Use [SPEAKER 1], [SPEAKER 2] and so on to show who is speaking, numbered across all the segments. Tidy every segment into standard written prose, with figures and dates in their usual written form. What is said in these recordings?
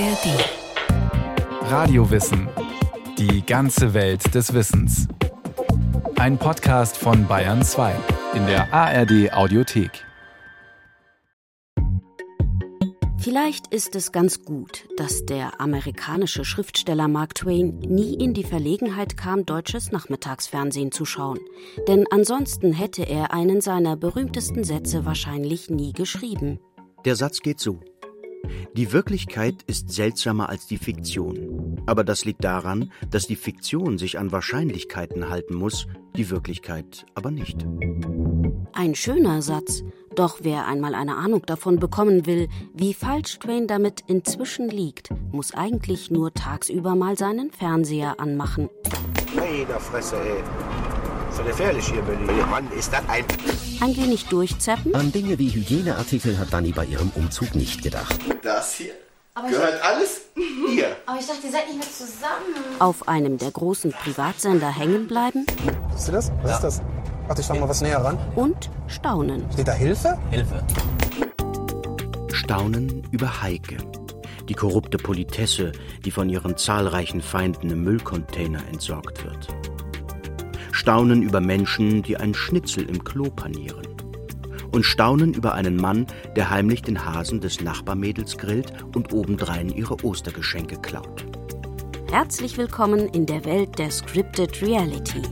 [SPEAKER 1] ARD. Radiowissen. Die ganze Welt des Wissens. Ein Podcast von Bayern 2 in der ARD Audiothek.
[SPEAKER 2] Vielleicht ist es ganz gut, dass der amerikanische Schriftsteller Mark Twain nie in die Verlegenheit kam, deutsches Nachmittagsfernsehen zu schauen. Denn ansonsten hätte er einen seiner berühmtesten Sätze wahrscheinlich nie geschrieben.
[SPEAKER 3] Der Satz geht so: Die Wirklichkeit ist seltsamer als die Fiktion. Aber das liegt daran, dass die Fiktion sich an Wahrscheinlichkeiten halten muss, die Wirklichkeit aber nicht.
[SPEAKER 2] Ein schöner Satz. Doch wer einmal eine Ahnung davon bekommen will, wie falsch Twain damit inzwischen liegt, muss eigentlich nur tagsüber mal seinen Fernseher anmachen.
[SPEAKER 4] Meine Fresse, ey. So gefährlich hier in Berlin. Mann, ist das
[SPEAKER 2] ein wenig durchzappen.
[SPEAKER 5] An Dinge wie Hygieneartikel hat Dani bei ihrem Umzug nicht gedacht.
[SPEAKER 4] Das hier gehört alles hier.
[SPEAKER 6] Aber ich dachte, ihr seid nicht mehr zusammen.
[SPEAKER 2] Auf einem der großen Privatsender hängen bleiben.
[SPEAKER 7] Siehst du das? Was ist das? Warte, ich fang mal was näher ran.
[SPEAKER 2] Und staunen.
[SPEAKER 7] Steht da Hilfe?
[SPEAKER 5] Hilfe.
[SPEAKER 3] Staunen über Heike, die korrupte Politesse, die von ihren zahlreichen Feinden im Müllcontainer entsorgt wird. Staunen über Menschen, die einen Schnitzel im Klo panieren. Und staunen über einen Mann, der heimlich den Hasen des Nachbarmädels grillt und obendrein ihre Ostergeschenke klaut.
[SPEAKER 2] Herzlich willkommen in der Welt der Scripted Reality.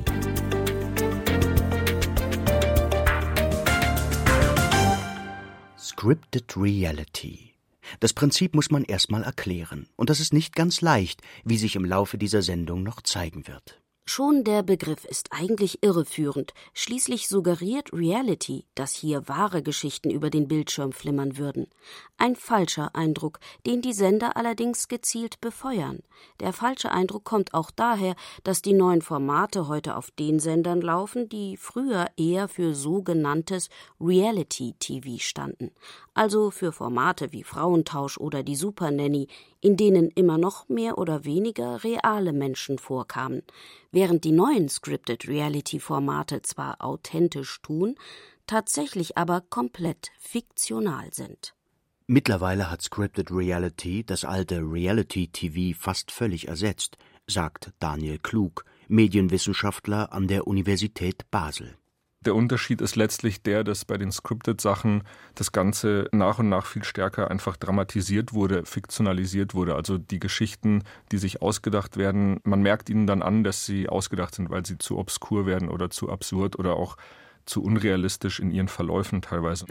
[SPEAKER 3] Scripted Reality. Das Prinzip muss man erstmal erklären. Und das ist nicht ganz leicht, wie sich im Laufe dieser Sendung noch zeigen wird.
[SPEAKER 2] Schon der Begriff ist eigentlich irreführend. Schließlich suggeriert Reality, dass hier wahre Geschichten über den Bildschirm flimmern würden. Ein falscher Eindruck, den die Sender allerdings gezielt befeuern. Der falsche Eindruck kommt auch daher, dass die neuen Formate heute auf den Sendern laufen, die früher eher für sogenanntes Reality-TV standen. Also für Formate wie Frauentausch oder die Supernanny, in denen immer noch mehr oder weniger reale Menschen vorkamen. Während die neuen Scripted-Reality-Formate zwar authentisch tun, tatsächlich aber komplett fiktional sind.
[SPEAKER 3] Mittlerweile hat Scripted Reality das alte Reality-TV fast völlig ersetzt, sagt Daniel Klug, Medienwissenschaftler an der Universität Basel.
[SPEAKER 8] Der Unterschied ist letztlich der, dass bei den Scripted-Sachen das Ganze nach und nach viel stärker einfach dramatisiert wurde, fiktionalisiert wurde. Also die Geschichten, die sich ausgedacht werden, man merkt ihnen dann an, dass sie ausgedacht sind, weil sie zu obskur werden oder zu absurd oder auch zu unrealistisch in ihren Verläufen teilweise.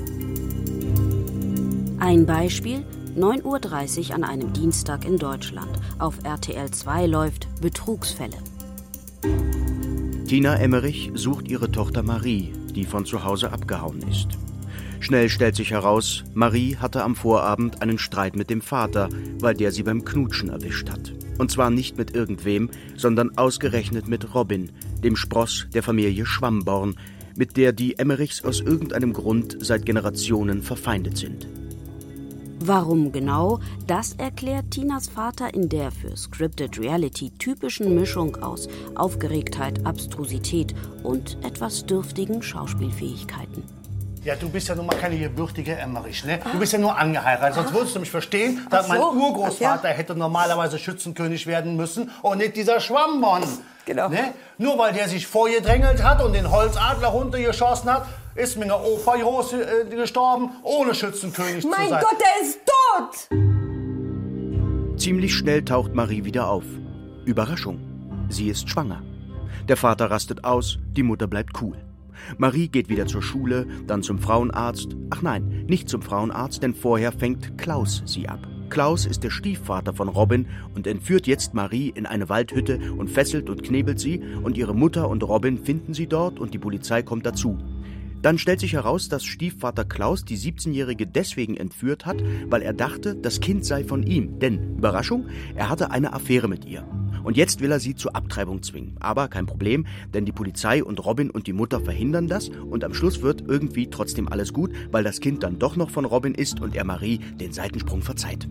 [SPEAKER 2] Ein Beispiel: 9:30 Uhr an einem Dienstag in Deutschland. Auf RTL 2 läuft Betrugsfälle.
[SPEAKER 3] Tina Emmerich sucht ihre Tochter Marie, die von zu Hause abgehauen ist. Schnell stellt sich heraus, Marie hatte am Vorabend einen Streit mit dem Vater, weil der sie beim Knutschen erwischt hat. Und zwar nicht mit irgendwem, sondern ausgerechnet mit Robin, dem Spross der Familie Schwamborn, mit der die Emmerichs aus irgendeinem Grund seit Generationen verfeindet sind.
[SPEAKER 2] Warum genau, das erklärt Tinas Vater in der für Scripted Reality typischen Mischung aus Aufgeregtheit, Abstrusität und etwas dürftigen Schauspielfähigkeiten.
[SPEAKER 9] Ja, du bist ja nun mal keine gebürtige Emmerich, ne? Du bist ja nur angeheiratet, sonst würdest du mich verstehen, dass mein Urgroßvater hätte normalerweise Schützenkönig werden müssen und nicht dieser Schwammbon.
[SPEAKER 10] Genau.
[SPEAKER 9] Ne? Nur weil der sich vorgedrängelt hat und den Holzadler runtergeschossen hat, ist mir ein Opa gestorben, ohne Schützenkönig zu sein.
[SPEAKER 10] Mein Gott, der ist tot!
[SPEAKER 3] Ziemlich schnell taucht Marie wieder auf. Überraschung, sie ist schwanger. Der Vater rastet aus, die Mutter bleibt cool. Marie geht wieder zur Schule, dann zum Frauenarzt. Ach nein, nicht zum Frauenarzt, denn vorher fängt Klaus sie ab. Klaus ist der Stiefvater von Robin und entführt jetzt Marie in eine Waldhütte und fesselt und knebelt sie, und ihre Mutter und Robin finden sie dort und die Polizei kommt dazu. Dann stellt sich heraus, dass Stiefvater Klaus die 17-Jährige deswegen entführt hat, weil er dachte, das Kind sei von ihm. Denn, Überraschung, er hatte eine Affäre mit ihr. Und jetzt will er sie zur Abtreibung zwingen. Aber kein Problem, denn die Polizei und Robin und die Mutter verhindern das und am Schluss wird irgendwie trotzdem alles gut, weil das Kind dann doch noch von Robin ist und er Marie den Seitensprung verzeiht.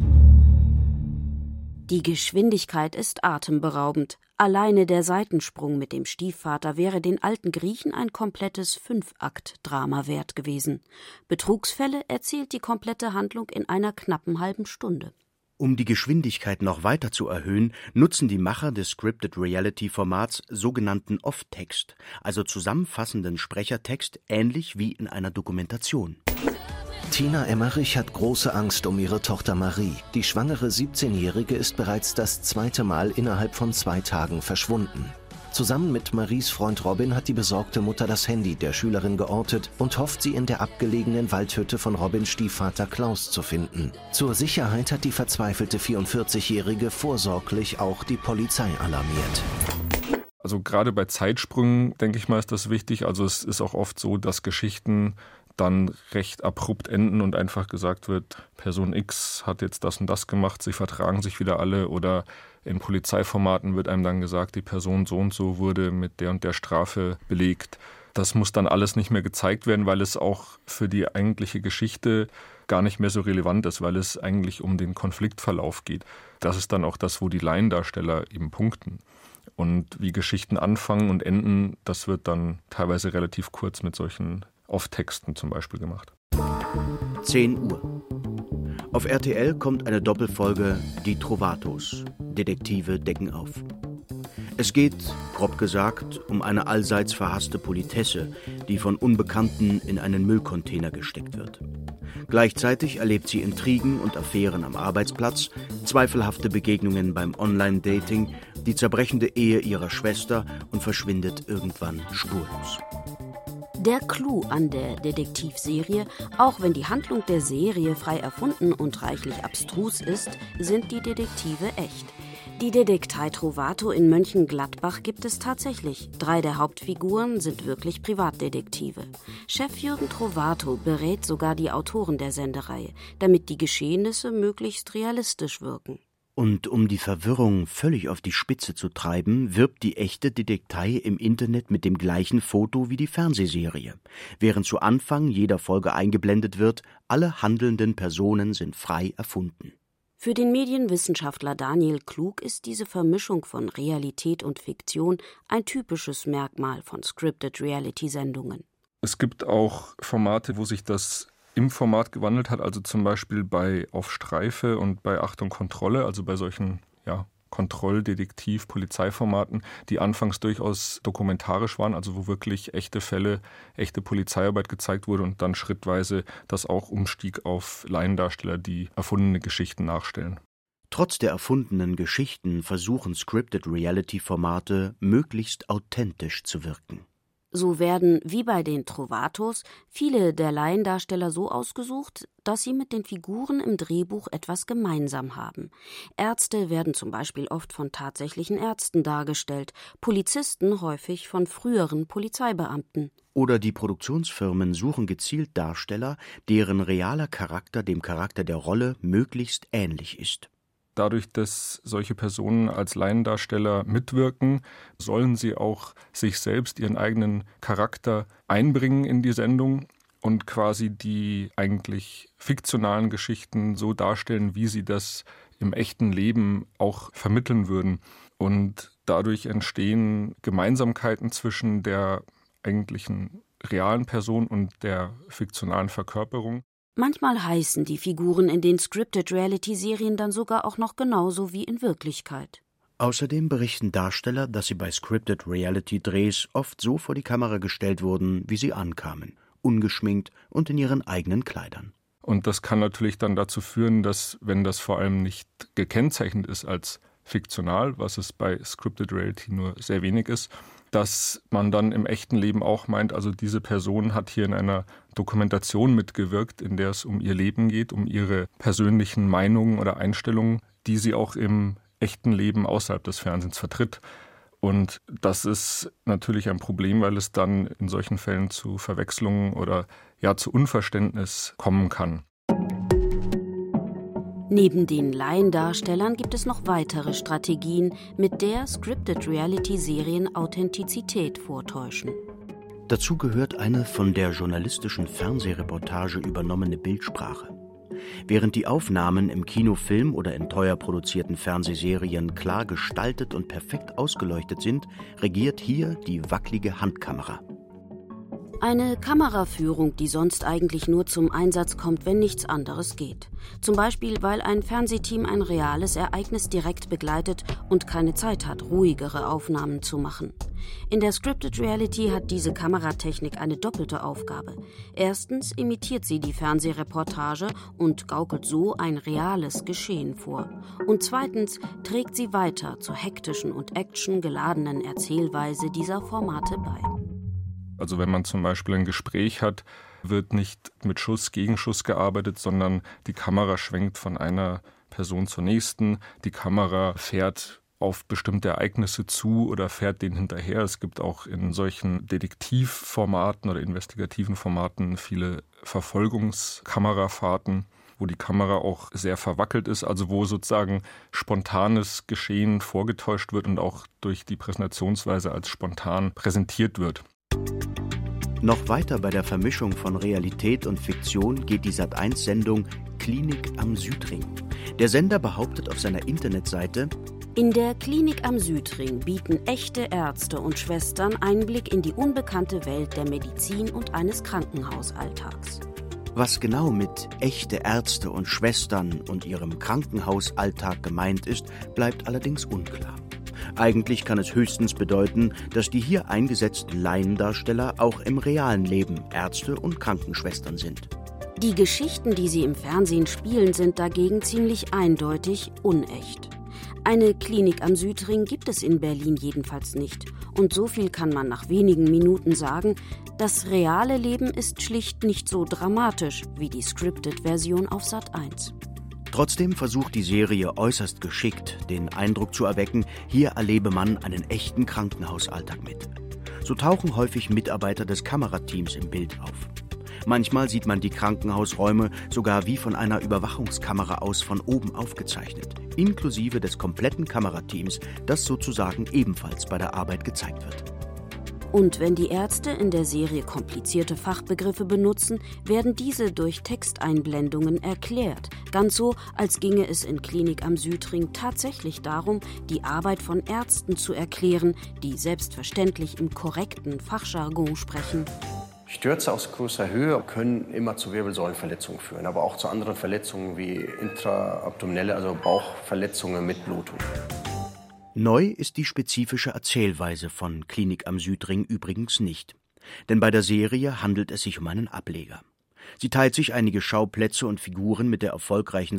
[SPEAKER 2] Die Geschwindigkeit ist atemberaubend. Alleine der Seitensprung mit dem Stiefvater wäre den alten Griechen ein komplettes 5-Akt-Drama wert gewesen. Betrugsfälle erzählt die komplette Handlung in einer knappen halben Stunde.
[SPEAKER 3] Um die Geschwindigkeit noch weiter zu erhöhen, nutzen die Macher des Scripted Reality-Formats sogenannten Off-Text, also zusammenfassenden Sprechertext, ähnlich wie in einer Dokumentation.
[SPEAKER 5] Tina Emmerich hat große Angst um ihre Tochter Marie. Die schwangere 17-Jährige ist bereits das 2. Mal innerhalb von 2 Tagen verschwunden. Zusammen mit Maries Freund Robin hat die besorgte Mutter das Handy der Schülerin geortet und hofft, sie in der abgelegenen Waldhütte von Robins Stiefvater Klaus zu finden. Zur Sicherheit hat die verzweifelte 44-Jährige vorsorglich auch die Polizei alarmiert.
[SPEAKER 8] Also gerade bei Zeitsprüngen, denke ich mal, ist das wichtig. Also es ist auch oft so, dass Geschichten dann recht abrupt enden und einfach gesagt wird, Person X hat jetzt das und das gemacht, sie vertragen sich wieder alle, oder in Polizeiformaten wird einem dann gesagt, die Person so und so wurde mit der und der Strafe belegt. Das muss dann alles nicht mehr gezeigt werden, weil es auch für die eigentliche Geschichte gar nicht mehr so relevant ist, weil es eigentlich um den Konfliktverlauf geht. Das ist dann auch das, wo die Laiendarsteller eben punkten. Und wie Geschichten anfangen und enden, das wird dann teilweise relativ kurz mit solchen Off-Texten zum Beispiel gemacht.
[SPEAKER 3] 10 Uhr. Auf RTL kommt eine Doppelfolge Die Trovatos. Detektive decken auf. Es geht, grob gesagt, um eine allseits verhasste Politesse, die von Unbekannten in einen Müllcontainer gesteckt wird. Gleichzeitig erlebt sie Intrigen und Affären am Arbeitsplatz, zweifelhafte Begegnungen beim Online-Dating, die zerbrechende Ehe ihrer Schwester und verschwindet irgendwann spurlos.
[SPEAKER 2] Der Clou an der Detektivserie, auch wenn die Handlung der Serie frei erfunden und reichlich abstrus ist, sind die Detektive echt. Die Detektei Trovato in Mönchengladbach gibt es tatsächlich. 3 der Hauptfiguren sind wirklich Privatdetektive. Chef Jürgen Trovato berät sogar die Autoren der Sendereihe, damit die Geschehnisse möglichst realistisch wirken.
[SPEAKER 3] Und um die Verwirrung völlig auf die Spitze zu treiben, wirbt die echte Detektei im Internet mit dem gleichen Foto wie die Fernsehserie. Während zu Anfang jeder Folge eingeblendet wird, alle handelnden Personen sind frei erfunden.
[SPEAKER 2] Für den Medienwissenschaftler Daniel Klug ist diese Vermischung von Realität und Fiktion ein typisches Merkmal von Scripted Reality-Sendungen.
[SPEAKER 8] Es gibt auch Formate, wo sich das im Format gewandelt hat, also zum Beispiel bei Auf Streife und bei Achtung Kontrolle, also bei solchen Kontrolldetektiv-, Polizeiformaten, die anfangs durchaus dokumentarisch waren, also wo wirklich echte Fälle, echte Polizeiarbeit gezeigt wurde und dann schrittweise das auch umstieg auf Laiendarsteller, die erfundene Geschichten nachstellen.
[SPEAKER 3] Trotz der erfundenen Geschichten versuchen Scripted Reality-Formate möglichst authentisch zu wirken.
[SPEAKER 2] So werden, wie bei den Trovatos, viele der Laiendarsteller so ausgesucht, dass sie mit den Figuren im Drehbuch etwas gemeinsam haben. Ärzte werden zum Beispiel oft von tatsächlichen Ärzten dargestellt, Polizisten häufig von früheren Polizeibeamten.
[SPEAKER 3] Oder die Produktionsfirmen suchen gezielt Darsteller, deren realer Charakter dem Charakter der Rolle möglichst ähnlich ist.
[SPEAKER 8] Dadurch, dass solche Personen als Laiendarsteller mitwirken, sollen sie auch sich selbst, ihren eigenen Charakter einbringen in die Sendung und quasi die eigentlich fiktionalen Geschichten so darstellen, wie sie das im echten Leben auch vermitteln würden. Und dadurch entstehen Gemeinsamkeiten zwischen der eigentlichen realen Person und der fiktionalen Verkörperung.
[SPEAKER 2] Manchmal heißen die Figuren in den Scripted-Reality-Serien dann sogar auch noch genauso wie in Wirklichkeit.
[SPEAKER 3] Außerdem berichten Darsteller, dass sie bei Scripted-Reality-Drehs oft so vor die Kamera gestellt wurden, wie sie ankamen, ungeschminkt und in ihren eigenen Kleidern.
[SPEAKER 8] Und das kann natürlich dann dazu führen, dass, wenn das vor allem nicht gekennzeichnet ist als fiktional, was es bei Scripted Reality nur sehr wenig ist, dass man dann im echten Leben auch meint, also diese Person hat hier in einer Dokumentation mitgewirkt, in der es um ihr Leben geht, um ihre persönlichen Meinungen oder Einstellungen, die sie auch im echten Leben außerhalb des Fernsehens vertritt. Und das ist natürlich ein Problem, weil es dann in solchen Fällen zu Verwechslungen oder zu Unverständnis kommen kann.
[SPEAKER 2] Neben den Laiendarstellern gibt es noch weitere Strategien, mit der Scripted-Reality-Serien Authentizität vortäuschen.
[SPEAKER 3] Dazu gehört eine von der journalistischen Fernsehreportage übernommene Bildsprache. Während die Aufnahmen im Kinofilm oder in teuer produzierten Fernsehserien klar gestaltet und perfekt ausgeleuchtet sind, regiert hier die wackelige Handkamera.
[SPEAKER 2] Eine Kameraführung, die sonst eigentlich nur zum Einsatz kommt, wenn nichts anderes geht. Zum Beispiel, weil ein Fernsehteam ein reales Ereignis direkt begleitet und keine Zeit hat, ruhigere Aufnahmen zu machen. In der Scripted Reality hat diese Kameratechnik eine doppelte Aufgabe. Erstens imitiert sie die Fernsehreportage und gaukelt so ein reales Geschehen vor. Und zweitens trägt sie weiter zur hektischen und actiongeladenen Erzählweise dieser Formate bei.
[SPEAKER 8] Also wenn man zum Beispiel ein Gespräch hat, wird nicht mit Schuss gegen Schuss gearbeitet, sondern die Kamera schwenkt von einer Person zur nächsten. Die Kamera fährt auf bestimmte Ereignisse zu oder fährt denen hinterher. Es gibt auch in solchen Detektivformaten oder investigativen Formaten viele Verfolgungskamerafahrten, wo die Kamera auch sehr verwackelt ist, also wo sozusagen spontanes Geschehen vorgetäuscht wird und auch durch die Präsentationsweise als spontan präsentiert wird.
[SPEAKER 3] Noch weiter bei der Vermischung von Realität und Fiktion geht die Sat.1-Sendung Klinik am Südring. Der Sender behauptet auf seiner Internetseite:
[SPEAKER 2] In der Klinik am Südring bieten echte Ärzte und Schwestern Einblick in die unbekannte Welt der Medizin und eines Krankenhausalltags.
[SPEAKER 3] Was genau mit echte Ärzte und Schwestern und ihrem Krankenhausalltag gemeint ist, bleibt allerdings unklar. Eigentlich kann es höchstens bedeuten, dass die hier eingesetzten Laiendarsteller auch im realen Leben Ärzte und Krankenschwestern sind.
[SPEAKER 2] Die Geschichten, die sie im Fernsehen spielen, sind dagegen ziemlich eindeutig unecht. Eine Klinik am Südring gibt es in Berlin jedenfalls nicht. Und so viel kann man nach wenigen Minuten sagen: Das reale Leben ist schlicht nicht so dramatisch wie die Scripted-Version auf Sat.1.
[SPEAKER 3] Trotzdem versucht die Serie äußerst geschickt, den Eindruck zu erwecken, hier erlebe man einen echten Krankenhausalltag mit. So tauchen häufig Mitarbeiter des Kamerateams im Bild auf. Manchmal sieht man die Krankenhausräume sogar wie von einer Überwachungskamera aus von oben aufgezeichnet, inklusive des kompletten Kamerateams, das sozusagen ebenfalls bei der Arbeit gezeigt wird.
[SPEAKER 2] Und wenn die Ärzte in der Serie komplizierte Fachbegriffe benutzen, werden diese durch Texteinblendungen erklärt. Ganz so, als ginge es in Klinik am Südring tatsächlich darum, die Arbeit von Ärzten zu erklären, die selbstverständlich im korrekten Fachjargon sprechen.
[SPEAKER 4] Stürze aus großer Höhe können immer zu Wirbelsäulenverletzungen führen, aber auch zu anderen Verletzungen wie intraabdominelle, also Bauchverletzungen mit Blutung.
[SPEAKER 3] Neu ist die spezifische Erzählweise von Klinik am Südring übrigens nicht. Denn bei der Serie handelt es sich um einen Ableger. Sie teilt sich einige Schauplätze und Figuren mit der erfolgreichen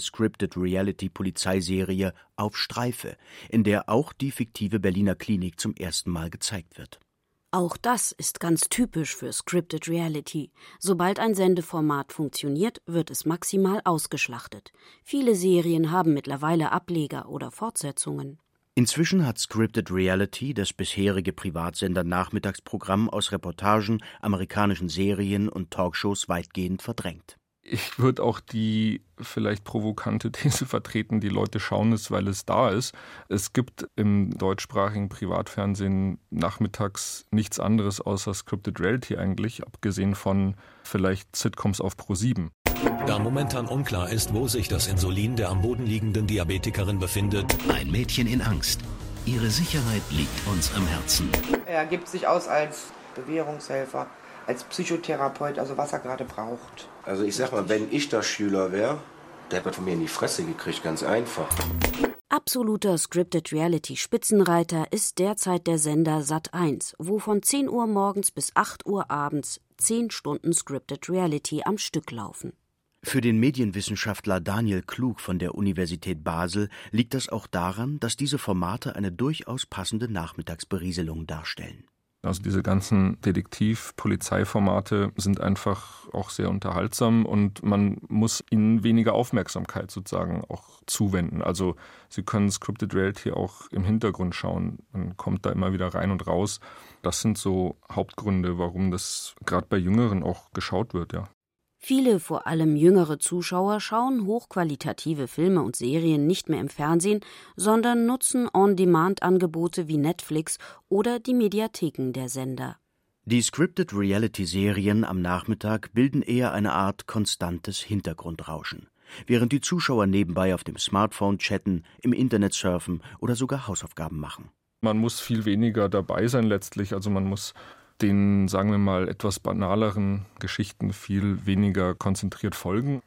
[SPEAKER 3] Scripted-Reality-Polizeiserie Auf Streife, in der auch die fiktive Berliner Klinik zum ersten Mal gezeigt wird.
[SPEAKER 2] Auch das ist ganz typisch für Scripted Reality. Sobald ein Sendeformat funktioniert, wird es maximal ausgeschlachtet. Viele Serien haben mittlerweile Ableger oder Fortsetzungen.
[SPEAKER 3] Inzwischen hat Scripted Reality das bisherige Privatsender-Nachmittagsprogramm aus Reportagen, amerikanischen Serien und Talkshows weitgehend verdrängt.
[SPEAKER 8] Ich würde auch die vielleicht provokante These vertreten, die Leute schauen es, weil es da ist. Es gibt im deutschsprachigen Privatfernsehen nachmittags nichts anderes außer Scripted Reality eigentlich, abgesehen von vielleicht Sitcoms auf Pro7.
[SPEAKER 11] Da momentan unklar ist, wo sich das Insulin der am Boden liegenden Diabetikerin befindet.
[SPEAKER 5] Ein Mädchen in Angst. Ihre Sicherheit liegt uns am Herzen.
[SPEAKER 12] Er gibt sich aus als Bewährungshelfer, als Psychotherapeut, also was er gerade braucht.
[SPEAKER 4] Also ich sag mal, wenn ich da Schüler wäre, der hätte von mir in die Fresse gekriegt, ganz einfach.
[SPEAKER 2] Absoluter Scripted-Reality-Spitzenreiter ist derzeit der Sender Sat.1, wo von 10 Uhr morgens bis 8 Uhr abends 10 Stunden Scripted Reality am Stück laufen.
[SPEAKER 3] Für den Medienwissenschaftler Daniel Klug von der Universität Basel liegt das auch daran, dass diese Formate eine durchaus passende Nachmittagsberieselung darstellen.
[SPEAKER 8] Also diese ganzen Detektiv-Polizeiformate sind einfach auch sehr unterhaltsam und man muss ihnen weniger Aufmerksamkeit sozusagen auch zuwenden. Also Sie können Scripted Reality auch im Hintergrund schauen. Man kommt da immer wieder rein und raus. Das sind so Hauptgründe, warum das gerade bei Jüngeren auch geschaut wird, ja.
[SPEAKER 2] Viele, vor allem jüngere Zuschauer, schauen hochqualitative Filme und Serien nicht mehr im Fernsehen, sondern nutzen On-Demand-Angebote wie Netflix oder die Mediatheken der Sender.
[SPEAKER 3] Die Scripted-Reality-Serien am Nachmittag bilden eher eine Art konstantes Hintergrundrauschen, während die Zuschauer nebenbei auf dem Smartphone chatten, im Internet surfen oder sogar Hausaufgaben machen.
[SPEAKER 8] Man muss viel weniger dabei sein letztlich, also man muss den, sagen wir mal, etwas banaleren Geschichten viel weniger konzentriert folgen.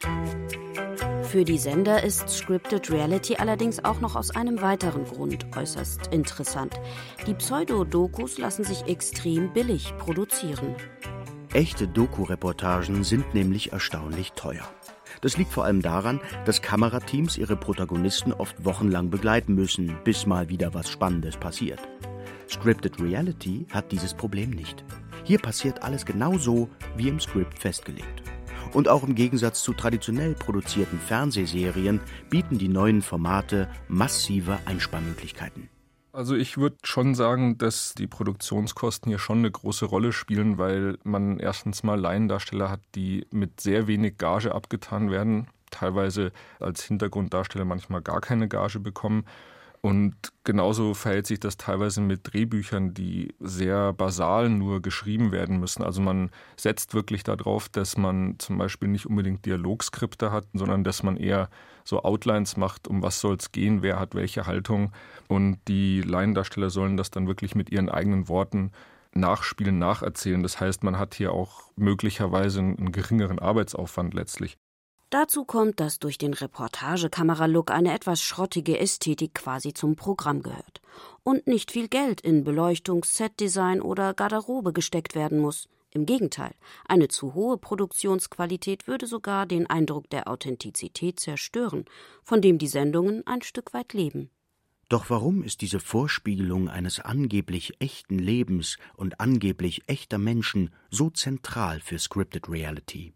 [SPEAKER 2] Für die Sender ist Scripted Reality allerdings auch noch aus einem weiteren Grund äußerst interessant. Die Pseudodokus lassen sich extrem billig produzieren.
[SPEAKER 3] Echte Doku-Reportagen sind nämlich erstaunlich teuer. Das liegt vor allem daran, dass Kamerateams ihre Protagonisten oft wochenlang begleiten müssen, bis mal wieder was Spannendes passiert. Scripted Reality hat dieses Problem nicht. Hier passiert alles genau so, wie im Skript festgelegt. Und auch im Gegensatz zu traditionell produzierten Fernsehserien bieten die neuen Formate massive Einsparmöglichkeiten.
[SPEAKER 8] Also ich würde schon sagen, dass die Produktionskosten hier schon eine große Rolle spielen, weil man erstens mal Laiendarsteller hat, die mit sehr wenig Gage abgetan werden, teilweise als Hintergrunddarsteller manchmal gar keine Gage bekommen. Und genauso verhält sich das teilweise mit Drehbüchern, die sehr basal nur geschrieben werden müssen. Also man setzt wirklich darauf, dass man zum Beispiel nicht unbedingt Dialogskripte hat, sondern dass man eher so Outlines macht, um was soll es gehen, wer hat welche Haltung. Und die Laiendarsteller sollen das dann wirklich mit ihren eigenen Worten nachspielen, nacherzählen. Das heißt, man hat hier auch möglicherweise einen geringeren Arbeitsaufwand letztlich.
[SPEAKER 2] Dazu kommt, dass durch den Reportagekamera-Look eine etwas schrottige Ästhetik quasi zum Programm gehört. Und nicht viel Geld in Beleuchtung, Setdesign oder Garderobe gesteckt werden muss. Im Gegenteil, eine zu hohe Produktionsqualität würde sogar den Eindruck der Authentizität zerstören, von dem die Sendungen ein Stück weit leben.
[SPEAKER 3] Doch warum ist diese Vorspiegelung eines angeblich echten Lebens und angeblich echter Menschen so zentral für Scripted Reality?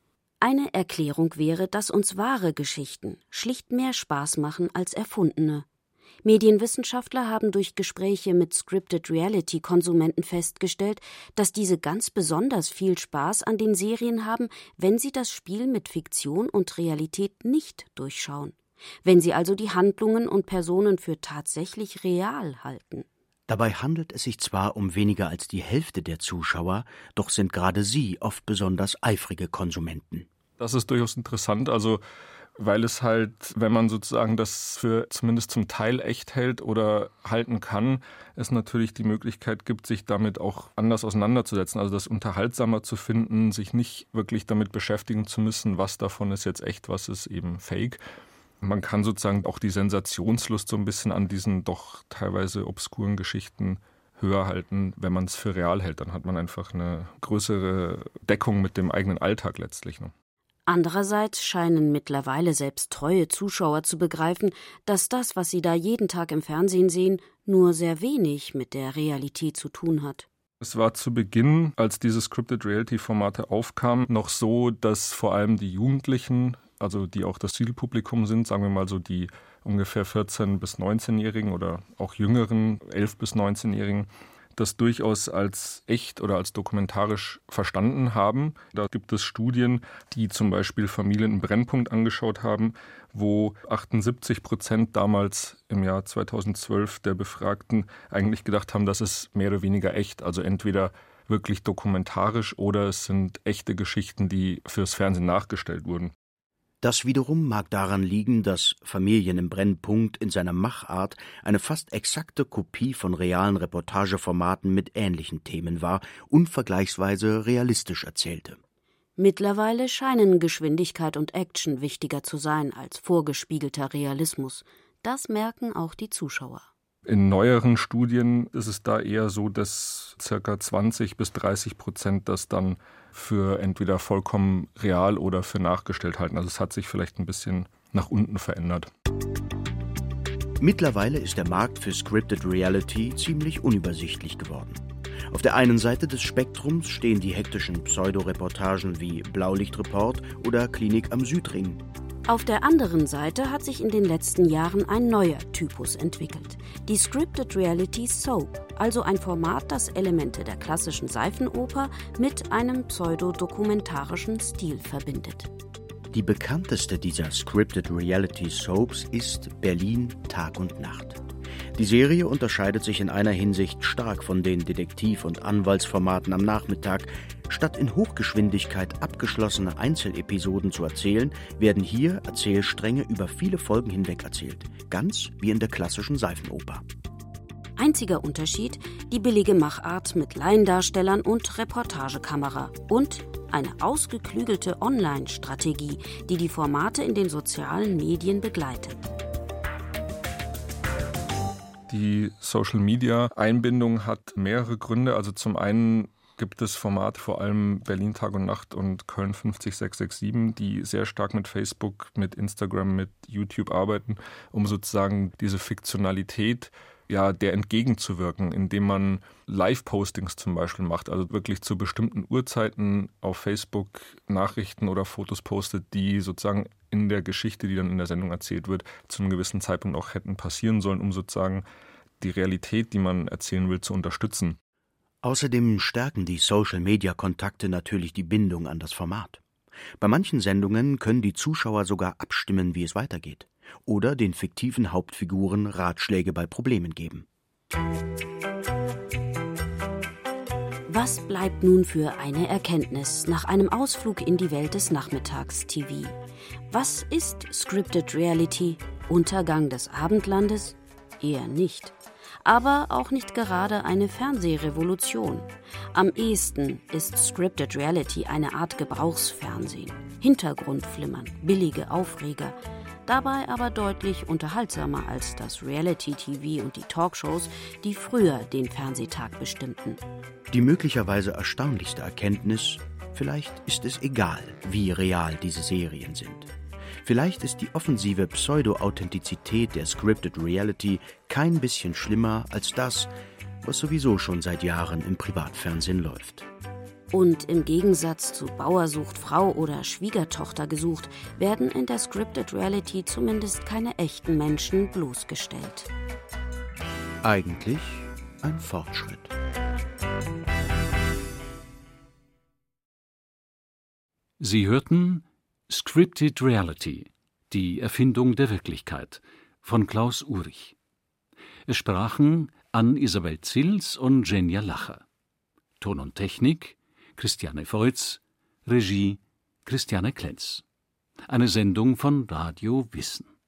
[SPEAKER 2] Eine Erklärung wäre, dass uns wahre Geschichten schlicht mehr Spaß machen als erfundene. Medienwissenschaftler haben durch Gespräche mit Scripted-Reality-Konsumenten festgestellt, dass diese ganz besonders viel Spaß an den Serien haben, wenn sie das Spiel mit Fiktion und Realität nicht durchschauen. Wenn sie also die Handlungen und Personen für tatsächlich real halten.
[SPEAKER 3] Dabei handelt es sich zwar um weniger als die Hälfte der Zuschauer, doch sind gerade sie oft besonders eifrige Konsumenten.
[SPEAKER 8] Das ist durchaus interessant, also weil es halt, wenn man sozusagen das für zumindest zum Teil echt hält oder halten kann, es natürlich die Möglichkeit gibt, sich damit auch anders auseinanderzusetzen, also das unterhaltsamer zu finden, sich nicht wirklich damit beschäftigen zu müssen, was davon ist jetzt echt, was ist eben fake. Man kann sozusagen auch die Sensationslust so ein bisschen an diesen doch teilweise obskuren Geschichten höher halten, wenn man es für real hält. Dann hat man einfach eine größere Deckung mit dem eigenen Alltag letztlich.
[SPEAKER 2] Andererseits scheinen mittlerweile selbst treue Zuschauer zu begreifen, dass das, was sie da jeden Tag im Fernsehen sehen, nur sehr wenig mit der Realität zu tun hat.
[SPEAKER 8] Es war zu Beginn, als diese Scripted-Reality-Formate aufkamen, noch so, dass vor allem die Jugendlichen, also die auch das Zielpublikum sind, sagen wir mal so die ungefähr 14- bis 19-Jährigen oder auch jüngeren 11- bis 19-Jährigen, das durchaus als echt oder als dokumentarisch verstanden haben. Da gibt es Studien, die zum Beispiel Familien im Brennpunkt angeschaut haben, wo 78% damals im Jahr 2012 der Befragten eigentlich gedacht haben, das ist mehr oder weniger echt. Also entweder wirklich dokumentarisch oder es sind echte Geschichten, die fürs Fernsehen nachgestellt wurden.
[SPEAKER 3] Das wiederum mag daran liegen, dass Familien im Brennpunkt in seiner Machart eine fast exakte Kopie von realen Reportageformaten mit ähnlichen Themen war und vergleichsweise realistisch erzählte.
[SPEAKER 2] Mittlerweile scheinen Geschwindigkeit und Action wichtiger zu sein als vorgespiegelter Realismus. Das merken auch die Zuschauer.
[SPEAKER 8] In neueren Studien ist es da eher so, dass ca. 20-30% das dann für entweder vollkommen real oder für nachgestellt halten. Also es hat sich vielleicht ein bisschen nach unten verändert.
[SPEAKER 3] Mittlerweile ist der Markt für Scripted Reality ziemlich unübersichtlich geworden. Auf der einen Seite des Spektrums stehen die hektischen Pseudoreportagen wie Blaulichtreport oder Klinik am Südring.
[SPEAKER 2] Auf der anderen Seite hat sich in den letzten Jahren ein neuer Typus entwickelt. Die Scripted Reality Soap, also ein Format, das Elemente der klassischen Seifenoper mit einem pseudodokumentarischen Stil verbindet.
[SPEAKER 3] Die bekannteste dieser Scripted Reality Soaps ist Berlin Tag und Nacht. Die Serie unterscheidet sich in einer Hinsicht stark von den Detektiv- und Anwaltsformaten am Nachmittag. Statt in Hochgeschwindigkeit abgeschlossene Einzelepisoden zu erzählen, werden hier Erzählstränge über viele Folgen hinweg erzählt. Ganz wie in der klassischen Seifenoper.
[SPEAKER 2] Einziger Unterschied: die billige Machart mit Laiendarstellern und Reportagekamera und eine ausgeklügelte Online-Strategie, die die Formate in den sozialen Medien begleitet.
[SPEAKER 8] Die Social-Media-Einbindung hat mehrere Gründe. Also zum einen gibt es Formate, vor allem Berlin Tag und Nacht und Köln 50667, die sehr stark mit Facebook, mit Instagram, mit YouTube arbeiten, um sozusagen diese Fiktionalität der entgegenzuwirken, indem man Live-Postings zum Beispiel macht, also wirklich zu bestimmten Uhrzeiten auf Facebook Nachrichten oder Fotos postet, die sozusagen in der Geschichte, die dann in der Sendung erzählt wird, zu einem gewissen Zeitpunkt auch hätten passieren sollen, um sozusagen die Realität, die man erzählen will, zu unterstützen.
[SPEAKER 3] Außerdem stärken die Social-Media-Kontakte natürlich die Bindung an das Format. Bei manchen Sendungen können die Zuschauer sogar abstimmen, wie es weitergeht, oder den fiktiven Hauptfiguren Ratschläge bei Problemen geben.
[SPEAKER 2] Was bleibt nun für eine Erkenntnis nach einem Ausflug in die Welt des Nachmittags-TV? Was ist Scripted Reality? Untergang des Abendlandes? Eher nicht. Aber auch nicht gerade eine Fernsehrevolution. Am ehesten ist Scripted Reality eine Art Gebrauchsfernsehen. Hintergrundflimmern, billige Aufreger. Dabei aber deutlich unterhaltsamer als das Reality-TV und die Talkshows, die früher den Fernsehtag bestimmten.
[SPEAKER 3] Die möglicherweise erstaunlichste Erkenntnis: vielleicht ist es egal, wie real diese Serien sind. Vielleicht ist die offensive Pseudo-Authentizität der Scripted Reality kein bisschen schlimmer als das, was sowieso schon seit Jahren im Privatfernsehen läuft.
[SPEAKER 2] Und im Gegensatz zu Bauer sucht Frau oder Schwiegertochter gesucht, werden in der Scripted Reality zumindest keine echten Menschen bloßgestellt.
[SPEAKER 3] Eigentlich ein Fortschritt.
[SPEAKER 13] Sie hörten Scripted Reality, die Erfindung der Wirklichkeit von Klaus Uhrig. Es sprachen Ann-Isabel Zils und Jenja Lacher. Ton und Technik Christiane Feutz, Regie Christiane Klenz. Eine Sendung von Radio Wissen.